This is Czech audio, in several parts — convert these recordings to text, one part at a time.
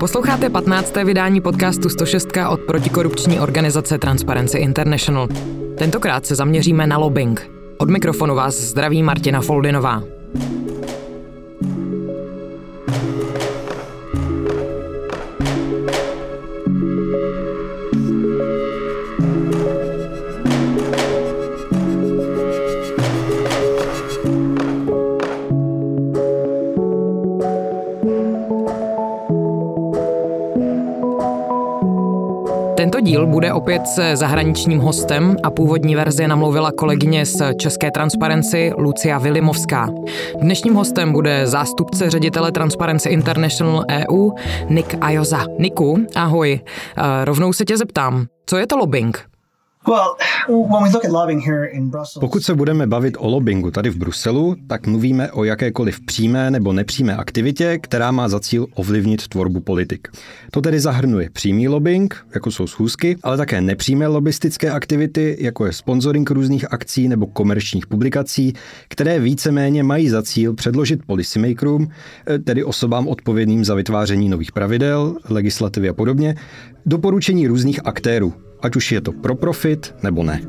Posloucháte 15. vydání podcastu 106 od protikorupční organizace Transparency International. Tentokrát se zaměříme na lobbying. Od mikrofonu vás zdraví Martina Foldinová. Tento díl bude opět se zahraničním hostem a původní verzi namluvila kolegyně z České Transparency Lucia Vilimovská. Dnešním hostem bude zástupce ředitele Transparency International EU Nick Ajoza. Niku, ahoj. Rovnou se tě zeptám, co je to lobbying? Pokud se budeme bavit o lobbingu tady v Bruselu, tak mluvíme o jakékoliv přímé nebo nepřímé aktivitě, která má za cíl ovlivnit tvorbu politik. To tedy zahrnuje přímý lobbying, jako jsou schůzky, ale také nepřímé lobbystické aktivity, jako je sponsoring různých akcí nebo komerčních publikací, které víceméně mají za cíl předložit policymakerům, tedy osobám odpovědným za vytváření nových pravidel, legislativy a podobně, doporučení různých aktérů, ať už je to pro profit nebo ne.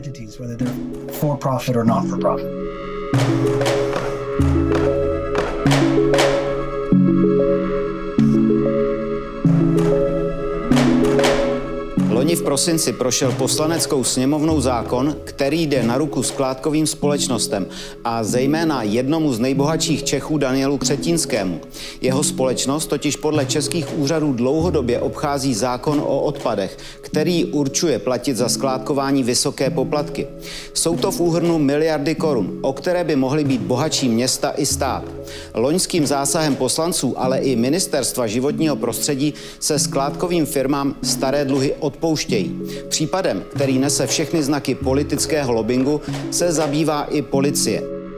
Loni v prosinci prošel poslaneckou sněmovnou zákon, který jde na ruku skládkovým společnostem a zejména jednomu z nejbohatších Čechů Danielu Křetínskému. Jeho společnost totiž podle českých úřadů dlouhodobě obchází zákon o odpadech, který určuje platit za skládkování vysoké poplatky. Jsou to v úhrnu miliardy korun, o které by mohly být bohatší města i stát. Loňským zásahem poslanců, ale i Ministerstva životního prostředí se skládkovým firmám staré dluhy odpouštějí. Případem, který nese všechny znaky politického lobbingu, se zabývá i policie.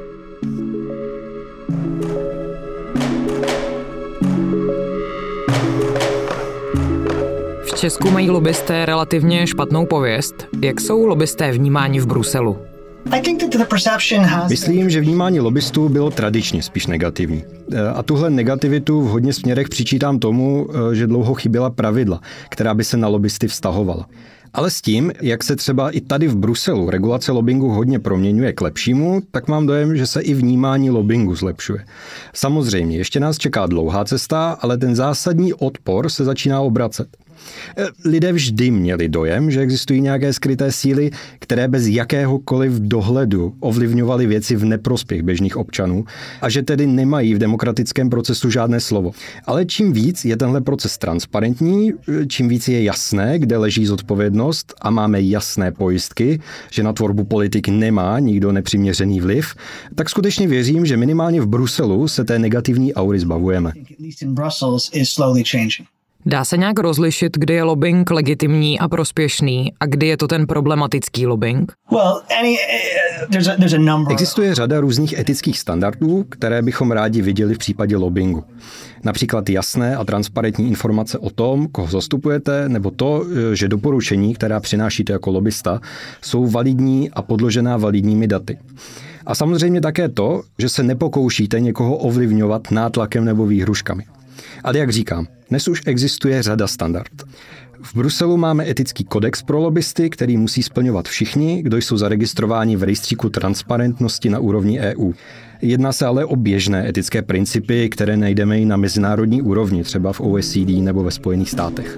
V Česku mají lobbysté relativně špatnou pověst. Jak jsou lobbysté vnímáni v Bruselu? Myslím, že vnímání lobbystů bylo tradičně spíš negativní. A tuhle negativitu v hodně směrech přičítám tomu, že dlouho chyběla pravidla, která by se na lobbysty vztahovala. Ale s tím, jak se třeba i tady v Bruselu regulace lobbingu hodně proměňuje k lepšímu, tak mám dojem, že se i vnímání lobbingu zlepšuje. Samozřejmě, ještě nás čeká dlouhá cesta, ale ten zásadní odpor se začíná obracet. Lidé vždy měli dojem, že existují nějaké skryté síly, které bez jakéhokoliv dohledu ovlivňovaly věci v neprospěch běžných občanů a že tedy nemají v demokratickém procesu žádné slovo. Ale čím víc je tenhle proces transparentní, čím víc je jasné, kde leží zodpovědnost a máme jasné pojistky, že na tvorbu politik nemá nikdo nepřiměřený vliv, tak skutečně věřím, že minimálně v Bruselu se té negativní aury zbavujeme. Dá se nějak rozlišit, kdy je lobbying legitimní a prospěšný a kdy je to ten problematický lobbying? Existuje řada různých etických standardů, které bychom rádi viděli v případě lobbingu. Například jasné a transparentní informace o tom, koho zastupujete, nebo to, že doporučení, která přinášíte jako lobbysta, jsou validní a podložená validními daty. A samozřejmě také to, že se nepokoušíte někoho ovlivňovat nátlakem nebo výhruškami. Ale jak říkám, dnes už existuje řada standard. V Bruselu máme etický kodex pro lobbysty, který musí splňovat všichni, kdo jsou zaregistrováni v rejstříku transparentnosti na úrovni EU. Jedná se ale o běžné etické principy, které najdeme i na mezinárodní úrovni, třeba v OECD nebo ve Spojených státech.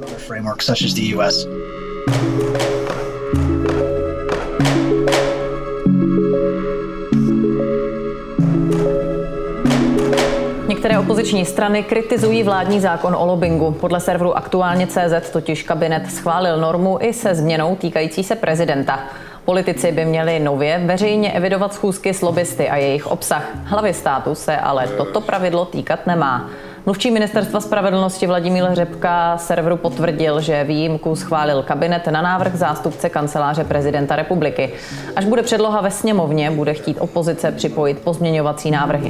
Některé opoziční strany kritizují vládní zákon o lobbingu. Podle serveru Aktuálně.cz totiž kabinet schválil normu i se změnou týkající se prezidenta. Politici by měli nově veřejně evidovat schůzky s lobbysty a jejich obsah. Hlavy státu se ale toto pravidlo týkat nemá. Mluvčí Ministerstva spravedlnosti Vladimír Řepka serveru potvrdil, že výjimku schválil kabinet na návrh zástupce kanceláře prezidenta republiky. Až bude předloha ve sněmovně, bude chtít opozice připojit pozměňovací návrhy.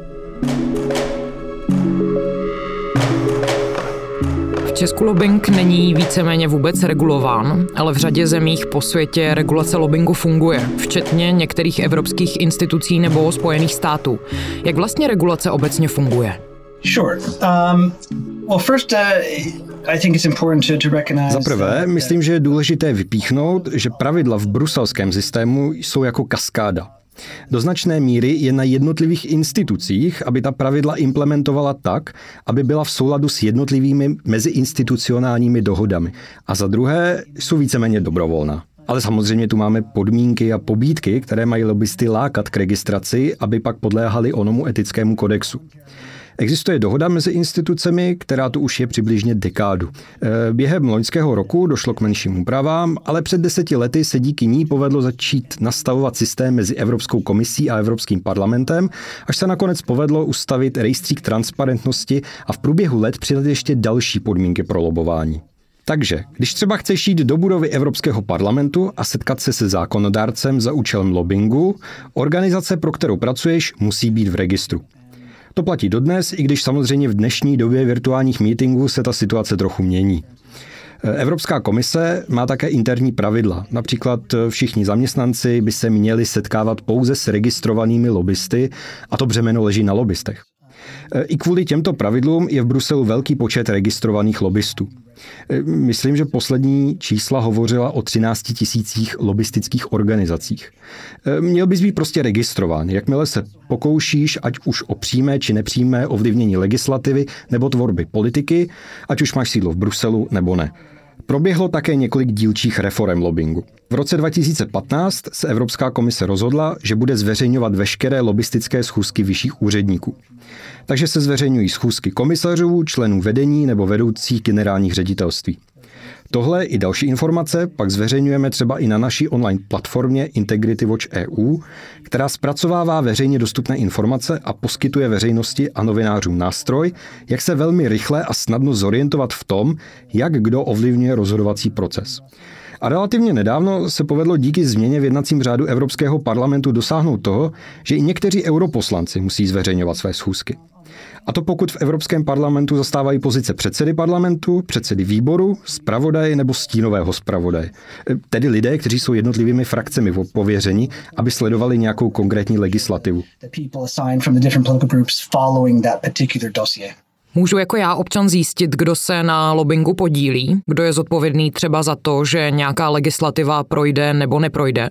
V Česku lobbying není víceméně vůbec regulován, ale v řadě zemích po světě regulace lobbingu funguje, včetně některých evropských institucí nebo Spojených států. Jak vlastně regulace obecně funguje? Sure. Za prvé, myslím, že je důležité vypíchnout, že pravidla v bruselském systému jsou jako kaskáda. Do značné míry je na jednotlivých institucích, aby ta pravidla implementovala tak, aby byla v souladu s jednotlivými meziinstitucionálními dohodami. A za druhé jsou víceméně dobrovolná. Ale samozřejmě tu máme podmínky a pobídky, které mají lobbysty lákat k registraci, aby pak podléhali onomu etickému kodexu. Existuje dohoda mezi institucemi, která tu už je přibližně dekádu. Během loňského roku došlo k menším úpravám, ale před 10 lety se díky ní povedlo začít nastavovat systém mezi Evropskou komisí a Evropským parlamentem, až se nakonec povedlo ustavit rejstřík transparentnosti a v průběhu let přidat ještě další podmínky pro lobování. Takže, když třeba chceš jít do budovy Evropského parlamentu a setkat se se zákonodárcem za účelem lobbingu, organizace, pro kterou pracuješ, musí být v registru. To platí dodnes, i když samozřejmě v dnešní době virtuálních meetingů se ta situace trochu mění. Evropská komise má také interní pravidla. Například všichni zaměstnanci by se měli setkávat pouze s registrovanými lobbysty a to břemeno leží na lobbystech. I kvůli těmto pravidlům je v Bruselu velký počet registrovaných lobbystů. Myslím, že poslední čísla hovořila o 13 000 lobbystických organizacích. Měl bys být prostě registrován. Jakmile se pokoušíš, ať už o přímé či nepřímé ovlivnění legislativy nebo tvorby politiky, ať už máš sídlo v Bruselu nebo ne. Proběhlo také několik dílčích reforem lobbingu. V roce 2015 se Evropská komise rozhodla, že bude zveřejňovat veškeré lobbystické schůzky vyšších úředníků. Takže se zveřejňují schůzky komisařů, členů vedení nebo vedoucích generálních ředitelství. Tohle i další informace pak zveřejňujeme třeba i na naší online platformě Integrity Watch EU, která zpracovává veřejně dostupné informace a poskytuje veřejnosti a novinářům nástroj, jak se velmi rychle a snadno zorientovat v tom, jak kdo ovlivňuje rozhodovací proces. A relativně nedávno se povedlo díky změně v jednacím řádu Evropského parlamentu dosáhnout toho, že i někteří europoslanci musí zveřejňovat své schůzky. A to pokud v Evropském parlamentu zastávají pozice předsedy parlamentu, předsedy výboru, zpravodaje nebo stínového zpravodaje. Tedy lidé, kteří jsou jednotlivými frakcemi pověřeni, aby sledovali nějakou konkrétní legislativu. Můžu jako já občan zjistit, kdo se na lobbingu podílí? Kdo je zodpovědný třeba za to, že nějaká legislativa projde nebo neprojde?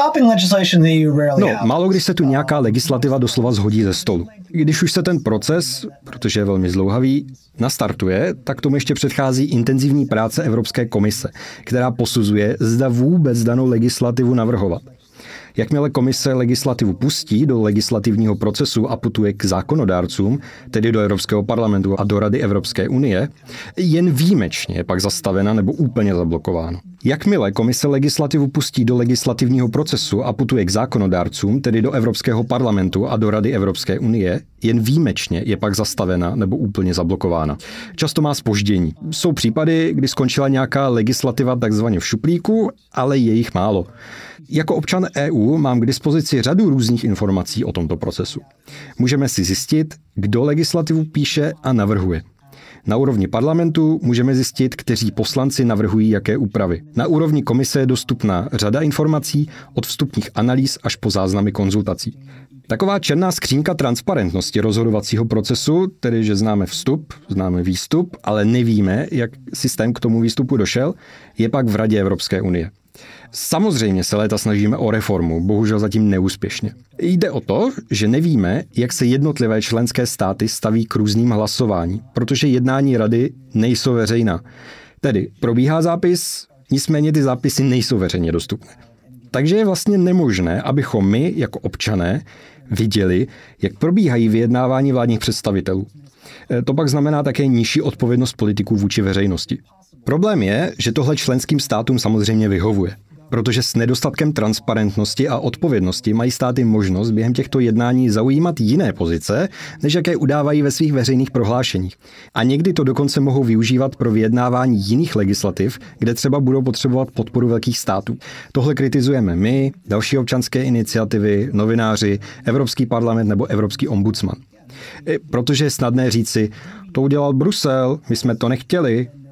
Málo kdy se tu nějaká legislativa doslova shodí ze stolu. Když už se ten proces, protože je velmi zdlouhavý, nastartuje, tak tomu ještě předchází intenzivní práce Evropské komise, která posuzuje, zda vůbec danou legislativu navrhovat. Jakmile komise legislativu pustí do legislativního procesu a putuje k zákonodárcům, tedy do Evropského parlamentu a do Rady Evropské unie, jen výjimečně je pak zastavena nebo úplně zablokována. Jakmile komise legislativu pustí do legislativního procesu a putuje k zákonodárcům, tedy do Evropského parlamentu a do Rady Evropské unie, jen výjimečně je pak zastavena nebo úplně zablokována. Často má zpoždění. Jsou případy, kdy skončila nějaká legislativa takzvaně v šuplíku, ale je jich málo. Jako občan EU mám k dispozici řadu různých informací o tomto procesu. Můžeme si zjistit, kdo legislativu píše a navrhuje. Na úrovni parlamentu můžeme zjistit, kteří poslanci navrhují jaké úpravy. Na úrovni komise je dostupná řada informací od vstupních analýz až po záznamy konzultací. Taková černá skřínka transparentnosti rozhodovacího procesu, tedy že známe vstup, známe výstup, ale nevíme, jak systém k tomu výstupu došel, je pak v Radě Evropské unie. Samozřejmě se léta snažíme o reformu, bohužel zatím neúspěšně. Jde o to, že nevíme, jak se jednotlivé členské státy staví k různým hlasování, protože jednání rady nejsou veřejná. Tedy probíhá zápis, nicméně ty zápisy nejsou veřejně dostupné. Takže je vlastně nemožné, abychom my, jako občané, viděli, jak probíhají vyjednávání vládních představitelů. To pak znamená také nižší odpovědnost politiků vůči veřejnosti. Problém je, že tohle členským státům samozřejmě vyhovuje, protože s nedostatkem transparentnosti a odpovědnosti mají státy možnost během těchto jednání zaujímat jiné pozice, než jaké udávají ve svých veřejných prohlášeních. A někdy to dokonce mohou využívat pro vyjednávání jiných legislativ, kde třeba budou potřebovat podporu velkých států. Tohle kritizujeme my, další občanské iniciativy, novináři, Evropský parlament nebo Evropský ombudsman. Protože je snadné říci, to udělal Brusel, my jsme to nechtěli,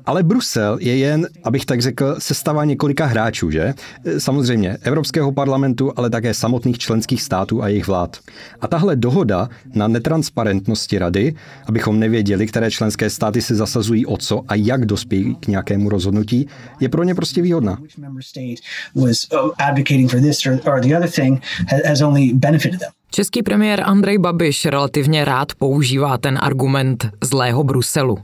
Ale Brusel je jen, abych tak řekl, sestava několika hráčů, že? Samozřejmě Evropského parlamentu, ale také samotných členských států a jejich vlád. A tahle dohoda na netransparentnosti rady, abychom nevěděli, které členské státy se zasazují o co a jak dospějí k nějakému rozhodnutí, je pro ně prostě výhodná. Český premiér Andrej Babiš relativně rád používá ten argument zlého Bruselu.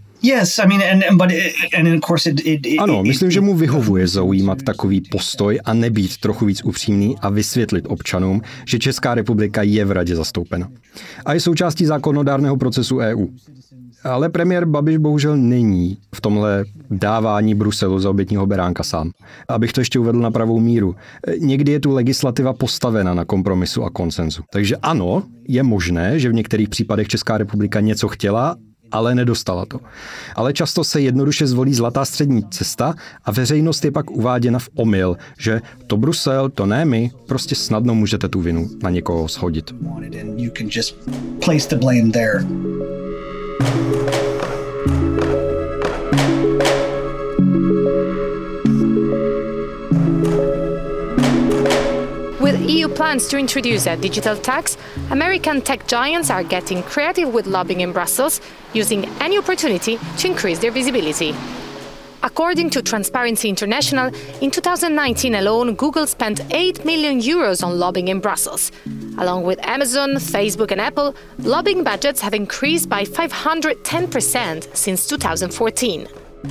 Ano, myslím, že mu vyhovuje zaujímat takový postoj a nebýt trochu víc upřímný a vysvětlit občanům, že Česká republika je v radě zastoupena. A je součástí zákonodárného procesu EU. Ale premiér Babiš bohužel není v tomhle dávání Bruselu za obětního beránka sám. Abych to ještě uvedl na pravou míru. Někdy je tu legislativa postavena na kompromisu a konsenzu. Takže ano, je možné, že v některých případech Česká republika něco chtěla, ale nedostala to. Ale často se jednoduše zvolí zlatá střední cesta a veřejnost je pak uváděna v omyl, že to Brusel, to ne my, prostě snadno můžete tu vinu na někoho shodit. With EU plans to introduce a digital tax, American tech giants are getting creative with lobbying in Brussels, using any opportunity to increase their visibility. According to Transparency International, in 2019 alone, Google spent 8 million euros on lobbying in Brussels. Along with Amazon, Facebook and Apple, lobbying budgets have increased by 510% since 2014.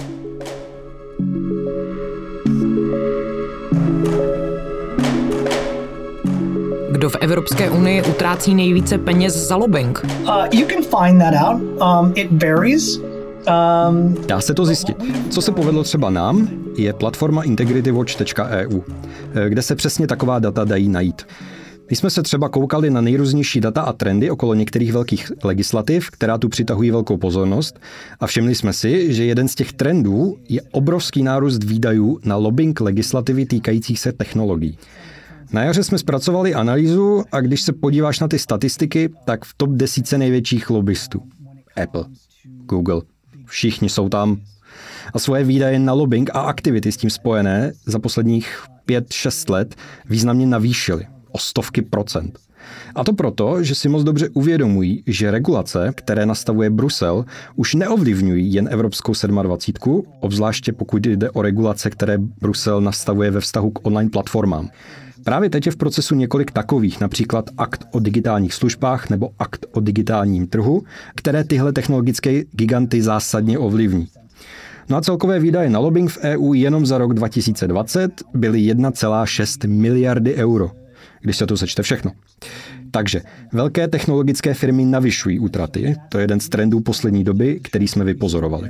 Kdo v Evropské unii utrácí nejvíce peněz za lobbying? You can find that out. It varies. Dá se to zjistit. Co se povedlo třeba nám, je platforma integritywatch.eu, kde se přesně taková data dají najít. My jsme se třeba koukali na nejrůznější data a trendy okolo některých velkých legislativ, která tu přitahují velkou pozornost, a všimli jsme si, že jeden z těch trendů je obrovský nárůst výdajů na lobbying legislativy týkajících se technologií. Na jaře jsme zpracovali analýzu a když se podíváš na ty statistiky, tak v top 10 největších lobbystů. Apple, Google, všichni jsou tam. A svoje výdaje na lobbying a aktivity s tím spojené za posledních 5-6 let významně navýšily o 100%. A to proto, že si moc dobře uvědomují, že regulace, které nastavuje Brusel, už neovlivňují jen Evropskou 27, obzvláště pokud jde o regulace, které Brusel nastavuje ve vztahu k online platformám. Právě teď je v procesu několik takových, například akt o digitálních službách nebo akt o digitálním trhu, které tyhle technologické giganty zásadně ovlivní. No a celkové výdaje na lobbying v EU jenom za rok 2020 byly 1,6 miliardy euro, když se to sečte všechno. Takže velké technologické firmy navyšují útraty. To je jeden z trendů poslední doby, který jsme vypozorovali.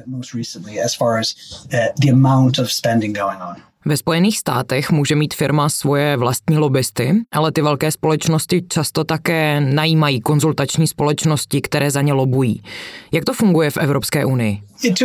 Ve Spojených státech může mít firma svoje vlastní lobbysty, ale ty velké společnosti často také najímají konzultační společnosti, které za ně lobují. Jak to funguje v Evropské unii?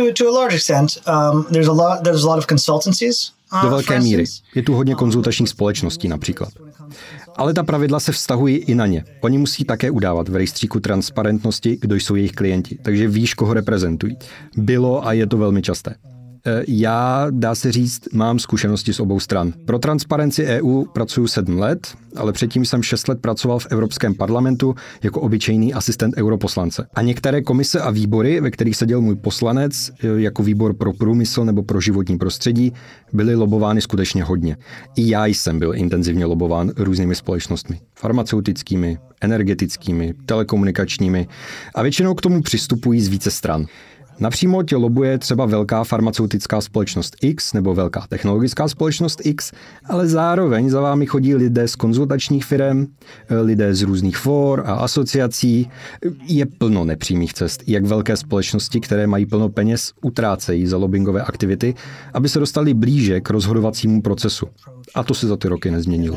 Do velké míry. Je tu hodně konzultačních společností například. Ale ta pravidla se vztahují i na ně. Oni musí také udávat v rejstříku transparentnosti, kdo jsou jejich klienti, takže víš, koho reprezentují. Bylo a je to velmi časté. Já, dá se říct, mám zkušenosti z obou stran. Pro Transparency EU pracuji 7 let, ale předtím jsem 6 let pracoval v Evropském parlamentu jako obyčejný asistent europoslance. A některé komise a výbory, ve kterých seděl můj poslanec, jako výbor pro průmysl nebo pro životní prostředí, byly lobovány skutečně hodně. I já jsem byl intenzivně lobován různými společnostmi. Farmaceutickými, energetickými, telekomunikačními a většinou k tomu přistupují z více stran. Napřímo tě lobuje třeba velká farmaceutická společnost X nebo velká technologická společnost X, ale zároveň za vámi chodí lidé z konzultačních firem, lidé z různých fór a asociací. Je plno nepřímých cest, jak velké společnosti, které mají plno peněz, utrácejí za lobbingové aktivity, aby se dostali blíže k rozhodovacímu procesu. A to se za ty roky nezměnilo.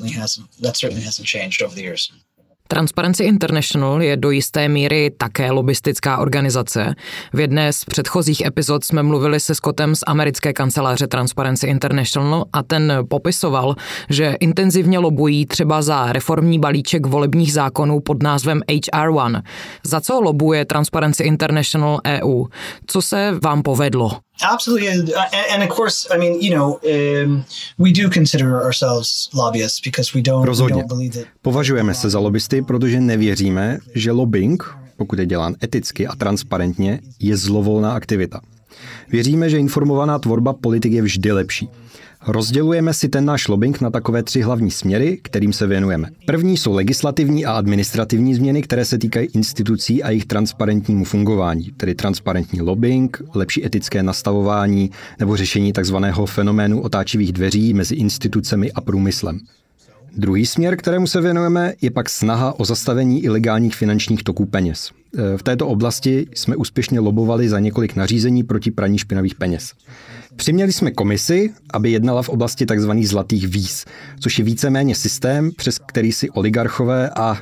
Transparency International je do jisté míry také lobistická organizace. V jedné z předchozích epizod jsme mluvili se Scottem z americké kanceláře Transparency International a ten popisoval, že intenzivně lobují třeba za reformní balíček volebních zákonů pod názvem HR1. Za co lobuje Transparency International EU? Co se vám povedlo? Absolutely. And of course, I mean, we do consider ourselves lobbyists because we don't believe that. Považujeme se za lobbysty, protože nevěříme, že lobbying, pokud je dělán eticky a transparentně, je zlovolná aktivita. Věříme, že informovaná tvorba politik je vždy lepší. Rozdělujeme si ten náš lobbying na takové 3 hlavní směry, kterým se věnujeme. První jsou legislativní a administrativní změny, které se týkají institucí a jejich transparentnímu fungování, tedy transparentní lobbying, lepší etické nastavování nebo řešení takzvaného fenoménu otáčivých dveří mezi institucemi a průmyslem. Druhý směr, kterému se věnujeme, je pak snaha o zastavení ilegálních finančních toků peněz. V této oblasti jsme úspěšně lobovali za několik nařízení proti praní špinavých peněz. Přiměli jsme komisi, aby jednala v oblasti tzv. Zlatých víz, což je víceméně systém, přes který si oligarchové a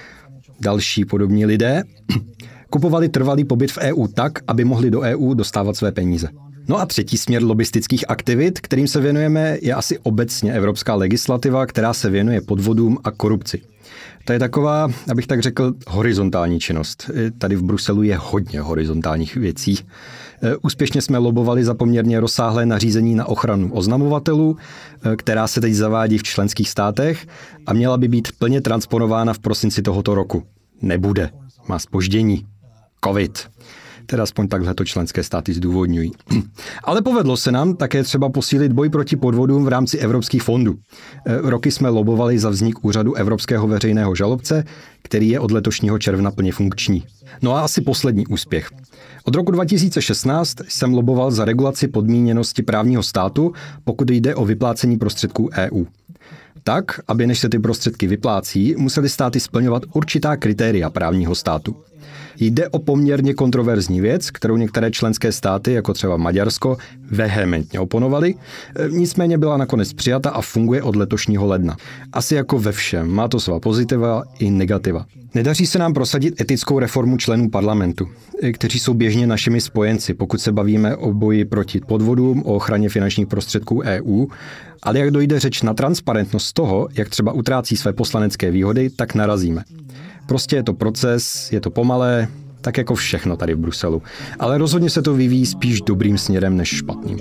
další podobní lidé kupovali trvalý pobyt v EU tak, aby mohli do EU dostávat své peníze. No a třetí směr lobistických aktivit, kterým se věnujeme, je asi obecně evropská legislativa, která se věnuje podvodům a korupci. To je taková, abych tak řekl, horizontální činnost. Tady v Bruselu je hodně horizontálních věcí. Úspěšně jsme lobovali za poměrně rozsáhlé nařízení na ochranu oznamovatelů, která se teď zavádí v členských státech a měla by být plně transponována v prosinci tohoto roku. Nebude. Má zpoždění. COVID. Teda aspoň takhle to členské státy zdůvodňují. Ale povedlo se nám také třeba posílit boj proti podvodům v rámci evropských fondů. Roky jsme lobovali za vznik úřadu Evropského veřejného žalobce, který je od letošního června plně funkční. No a asi poslední úspěch. Od roku 2016 jsem loboval za regulaci podmíněnosti právního státu, pokud jde o vyplácení prostředků EU. Tak, aby než se ty prostředky vyplácí, museli státy splňovat určitá kritéria právního státu. Jde o poměrně kontroverzní věc, kterou některé členské státy, jako třeba Maďarsko, vehementně oponovaly, nicméně byla nakonec přijata a funguje od letošního ledna. Asi jako ve všem, má to svá pozitiva i negativa. Nedaří se nám prosadit etickou reformu členů parlamentu, kteří jsou běžně našimi spojenci, pokud se bavíme o boji proti podvodům, o ochraně finančních prostředků EU, ale jak dojde řeč na transparentnost toho, jak třeba utrácí své poslanecké výhody, tak narazíme. Prostě je to proces, je to pomalé, tak jako všechno tady v Bruselu. Ale rozhodně se to vyvíjí spíš dobrým směrem než špatným.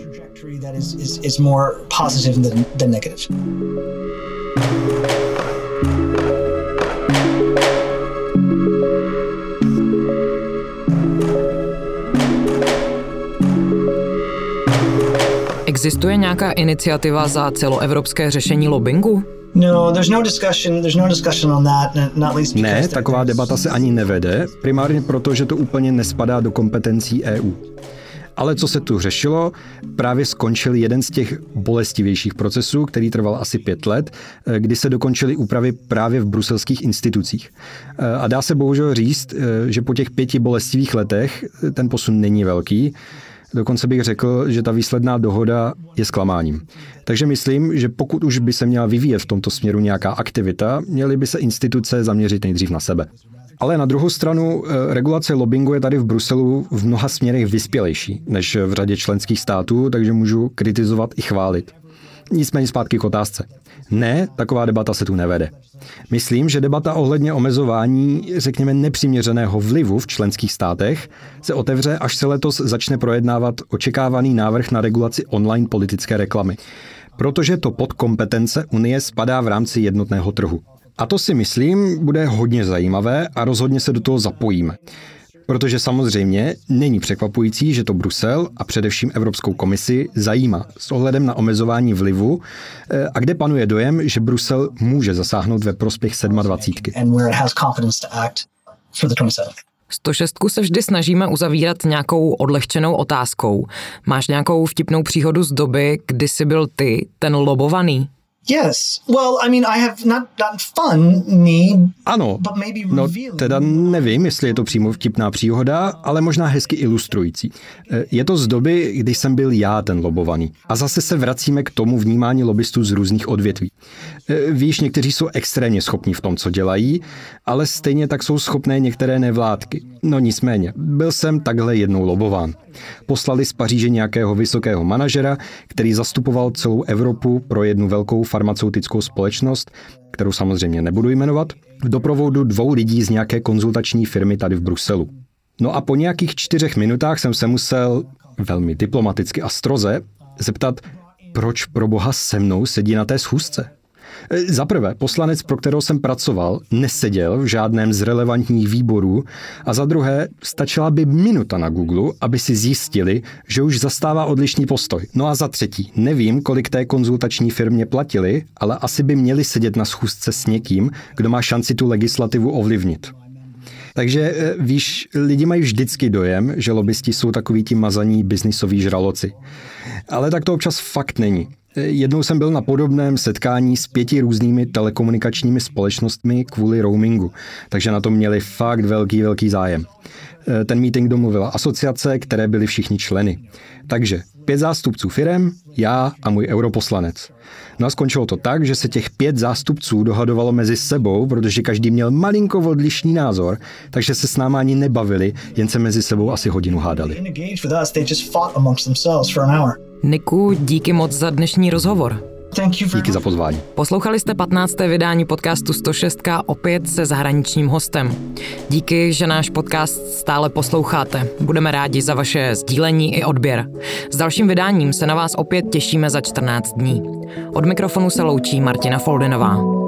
Existuje nějaká iniciativa za celoevropské řešení lobbingu? No, there's no discussion on that, not least because ne, taková debata se ani nevede, primárně proto, že to úplně nespadá do kompetencí EU. Ale co se tu řešilo, právě skončil jeden z těch bolestivějších procesů, který trval asi 5 let, kdy se dokončily úpravy právě v bruselských institucích. A dá se bohužel říct, že po těch 5 bolestivých letech ten posun není velký. Dokonce bych řekl, že ta výsledná dohoda je zklamáním. Takže myslím, že pokud už by se měla vyvíjet v tomto směru nějaká aktivita, měly by se instituce zaměřit nejdřív na sebe. Ale na druhou stranu regulace lobbingu je tady v Bruselu v mnoha směrech vyspělejší než v řadě členských států, takže můžu kritizovat i chválit. Nicméně zpátky k otázce. Ne, taková debata se tu nevede. Myslím, že debata ohledně omezování, řekněme, nepřiměřeného vlivu v členských státech se otevře, až se letos začne projednávat očekávaný návrh na regulaci online politické reklamy. Protože to pod kompetence Unie spadá v rámci jednotného trhu. A to si myslím, bude hodně zajímavé a rozhodně se do toho zapojíme. Protože samozřejmě není překvapující, že to Brusel a především Evropskou komisi zajímá s ohledem na omezování vlivu a kde panuje dojem, že Brusel může zasáhnout ve prospěch 27. 106 se vždy snažíme uzavírat nějakou odlehčenou otázkou. Máš nějakou vtipnou příhodu z doby, kdy jsi byl ty, ten lobovaný? Yes. Well, I mean, I have not funny, ano, but maybe no revealing. teda nevím, jestli je to přímo vtipná příhoda, ale možná hezky ilustrující. Je to z doby, kdy jsem byl já ten lobovaný. A zase se vracíme k tomu vnímání lobbystů z různých odvětví. Víš, někteří jsou extrémně schopní v tom, co dělají, ale stejně tak jsou schopné některé nevládky. No nicméně, byl jsem takhle jednou lobován. Poslali z Paříže nějakého vysokého manažera, který zastupoval celou Evropu pro jednu velkou farmaceutickou společnost, kterou samozřejmě nebudu jmenovat, v doprovodu 2 lidí z nějaké konzultační firmy tady v Bruselu. No a po nějakých 4 minutách jsem se musel velmi diplomaticky a stroze, zeptat, proč pro boha se mnou sedí na té schůzce. Za prvé, poslanec, pro kterého jsem pracoval, neseděl v žádném z relevantních výborů a za druhé, stačila by minuta na Google, aby si zjistili, že už zastává odlišný postoj. No a za třetí, nevím, kolik té konzultační firmě platili, ale asi by měli sedět na schůzce s někým, kdo má šanci tu legislativu ovlivnit. Takže víš, lidi mají vždycky dojem, že lobbysti jsou takový ti mazaní biznisoví žraloci. Ale tak to občas fakt není. Jednou jsem byl na podobném setkání s 5 různými telekomunikačními společnostmi kvůli roamingu, takže na to měli fakt velký zájem. Ten meeting domluvila asociace, které byly všichni členy. Takže 5 zástupců firem, já a můj europoslanec. No a skončilo to tak, že se těch 5 zástupců dohadovalo mezi sebou, protože každý měl malinko odlišný názor, takže se s náma ani nebavili, jen se mezi sebou asi hodinu hádali. Niku, díky moc za dnešní rozhovor. Díky za pozvání. Poslouchali jste 15. vydání podcastu 106 opět se zahraničním hostem. Díky, že náš podcast stále posloucháte. Budeme rádi za vaše sdílení i odběr. S dalším vydáním se na vás opět těšíme za 14 dní. Od mikrofonu se loučí Martina Foldinová.